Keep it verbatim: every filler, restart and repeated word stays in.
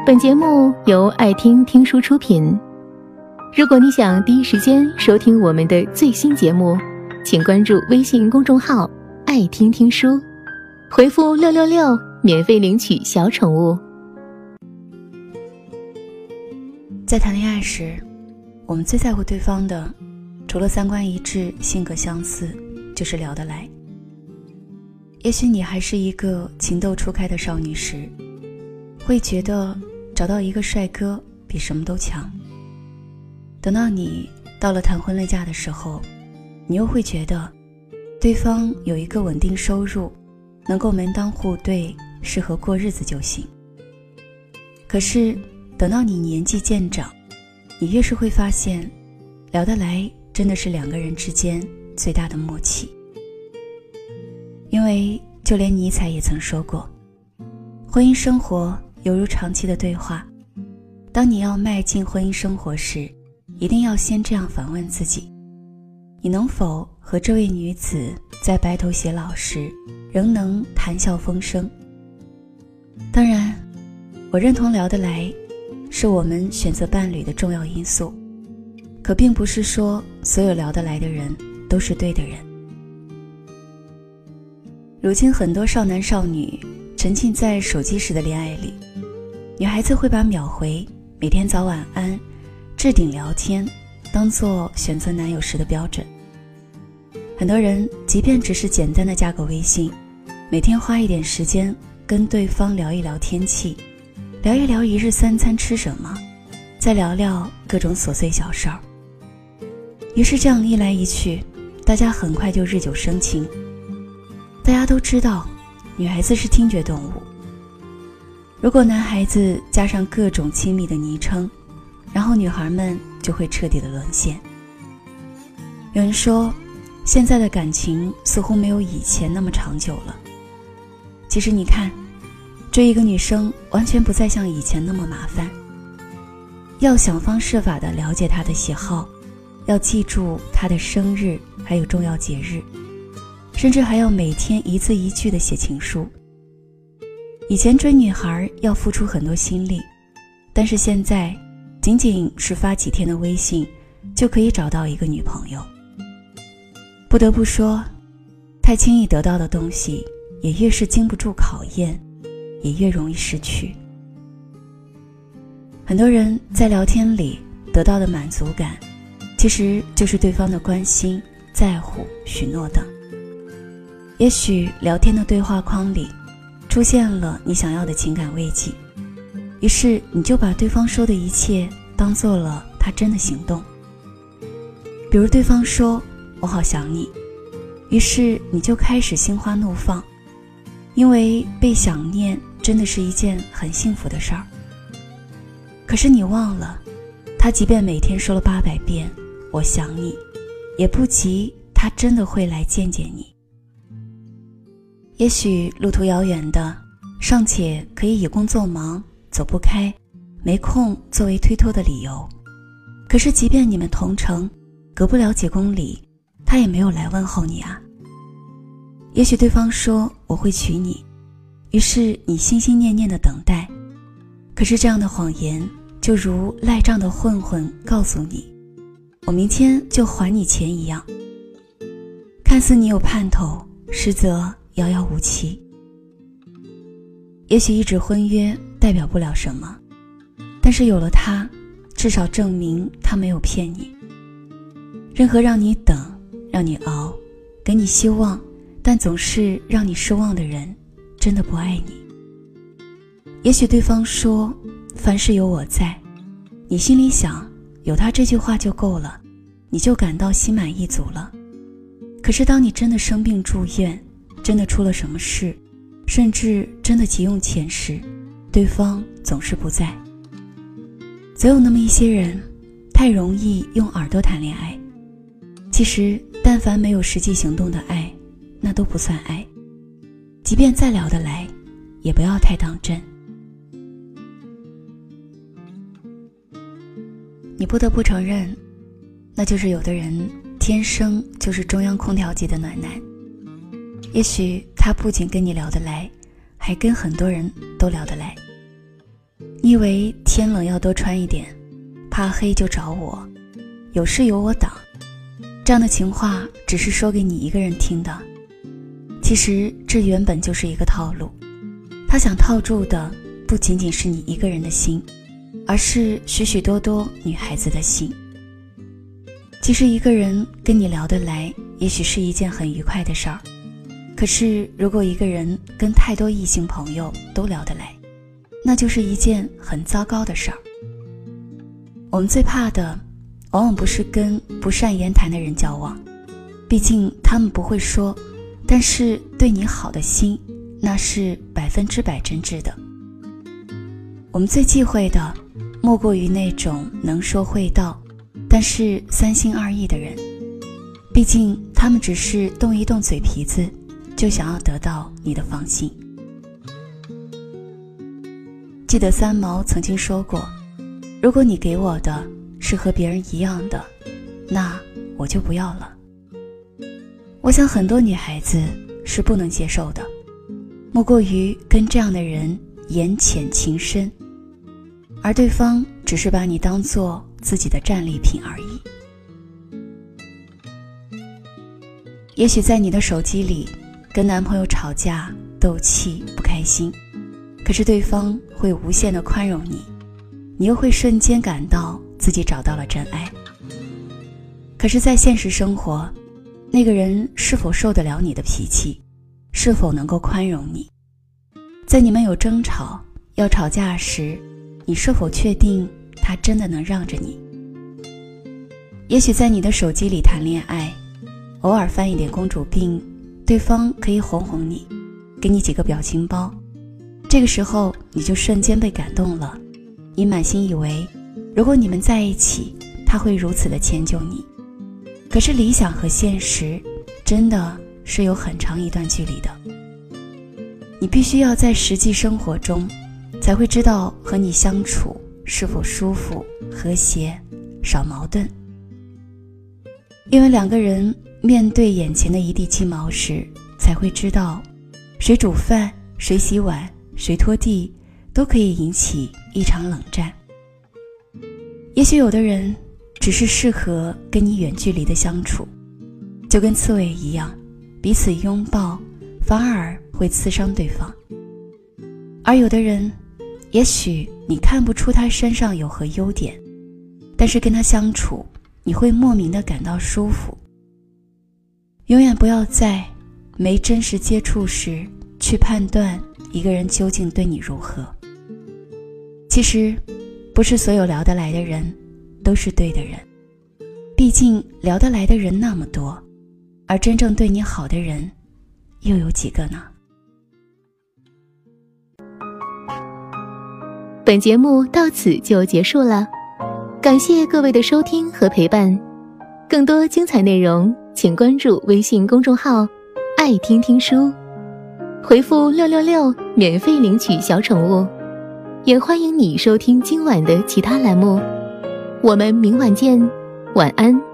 本节目由爱听听书出品。如果你想第一时间收听我们的最新节目，请关注微信公众号爱听听书，回复六六六免费领取小宠物。 在谈恋爱时，我们最在乎对方的，除了三观一致、性格相似，就是聊得来。也许你还是一个情窦初开的少女时，会觉得找到一个帅哥比什么都强。等到你到了谈婚论嫁的时候，你又会觉得对方有一个稳定收入，能够门当户对，适合过日子就行。可是等到你年纪渐长，你越是会发现，聊得来真的是两个人之间最大的默契。因为就连尼采也曾说过，婚姻生活犹如长期的对话，当你要迈进婚姻生活时，一定要先这样反问自己，你能否和这位女子在白头偕老时仍能谈笑风生？当然，我认同聊得来是我们选择伴侣的重要因素，可并不是说所有聊得来的人都是对的人。如今很多少男少女沉浸在手机时的恋爱里，女孩子会把秒回、每天早晚安、置顶聊天当作选择男友时的标准。很多人即便只是简单的加个微信，每天花一点时间跟对方聊一聊天气，聊一聊一日三餐吃什么，再聊聊各种琐碎小事儿。于是这样一来一去，大家很快就日久生情。大家都知道，女孩子是听觉动物。如果男孩子加上各种亲密的昵称，然后女孩们就会彻底的沦陷。有人说，现在的感情似乎没有以前那么长久了。其实你看，追一个女生完全不再像以前那么麻烦。要想方设法地了解她的喜好，要记住她的生日，还有重要节日，甚至还要每天一字一句地写情书。以前追女孩要付出很多心力，但是现在仅仅是发几天的微信就可以找到一个女朋友。不得不说，太轻易得到的东西也越是经不住考验，也越容易失去。很多人在聊天里得到的满足感，其实就是对方的关心、在乎、许诺等。也许聊天的对话框里出现了你想要的情感慰藉，于是你就把对方说的一切当做了他真的行动。比如对方说我好想你，于是你就开始心花怒放，因为被想念真的是一件很幸福的事儿。可是你忘了，他即便每天说了八百遍我想你，也不及他真的会来见见你。也许路途遥远的，尚且可以以工作忙、走不开、没空作为推脱的理由。可是即便你们同城，隔不了几公里，他也没有来问候你啊。也许对方说我会娶你，于是你心心念念的等待。可是这样的谎言，就如赖账的混混告诉你，我明天就还你钱一样。看似你有盼头，实则遥遥无期。也许一纸婚约代表不了什么，但是有了它，至少证明他没有骗你。任何让你等、让你熬、给你希望，但总是让你失望的人，真的不爱你。也许对方说凡事有我在，你心里想有他这句话就够了，你就感到心满意足了。可是当你真的生病住院，真的出了什么事，甚至真的急用钱时，对方总是不在。总有那么一些人，太容易用耳朵谈恋爱。其实但凡没有实际行动的爱，那都不算爱。即便再聊得来，也不要太当真。你不得不承认，那就是有的人天生就是中央空调级的暖男。也许他不仅跟你聊得来，还跟很多人都聊得来。 你以为天冷要多穿一点，怕黑就找我，有事有我挡，这样的情话只是说给你一个人听的。其实这原本就是一个套路，他想套住的不仅仅是你一个人的心，而是许许多多女孩子的心。其实一个人跟你聊得来，也许是一件很愉快的事儿，可是如果一个人跟太多异性朋友都聊得来，那就是一件很糟糕的事儿。我们最怕的往往不是跟不善言谈的人交往，毕竟他们不会说，但是对你好的心那是百分之百真挚的。我们最忌讳的莫过于那种能说会道但是三心二意的人，毕竟他们只是动一动嘴皮子就想要得到你的芳心。记得三毛曾经说过，如果你给我的是和别人一样的，那我就不要了。我想很多女孩子是不能接受的，莫过于跟这样的人言浅情深，而对方只是把你当作自己的战利品而已。也许在你的手机里跟男朋友吵架斗气不开心，可是对方会无限的宽容你，你又会瞬间感到自己找到了真爱。可是在现实生活，那个人是否受得了你的脾气，是否能够宽容你，在你们有争吵要吵架时，你是否确定他真的能让着你？也许在你的手机里谈恋爱，偶尔犯一点公主病，对方可以哄哄你，给你几个表情包，这个时候你就瞬间被感动了，你满心以为如果你们在一起，他会如此的迁就你。可是理想和现实真的是有很长一段距离的，你必须要在实际生活中才会知道和你相处是否舒服、和谐、少矛盾。因为两个人面对眼前的一地鸡毛时，才会知道谁煮饭、谁洗碗、谁拖地都可以引起一场冷战。也许有的人只是适合跟你远距离的相处，就跟刺猬一样，彼此拥抱反而会刺伤对方。而有的人，也许你看不出他身上有何优点，但是跟他相处，你会莫名的感到舒服。永远不要在没真实接触时去判断一个人究竟对你如何。其实不是所有聊得来的人都是对的人，毕竟聊得来的人那么多，而真正对你好的人又有几个呢？ 本节目到此就结束了，感谢各位的收听和陪伴。更多精彩内容请关注微信公众号爱听听书，回复六六六免费领取小宠物，也欢迎你收听今晚的其他栏目。我们明晚见，晚安。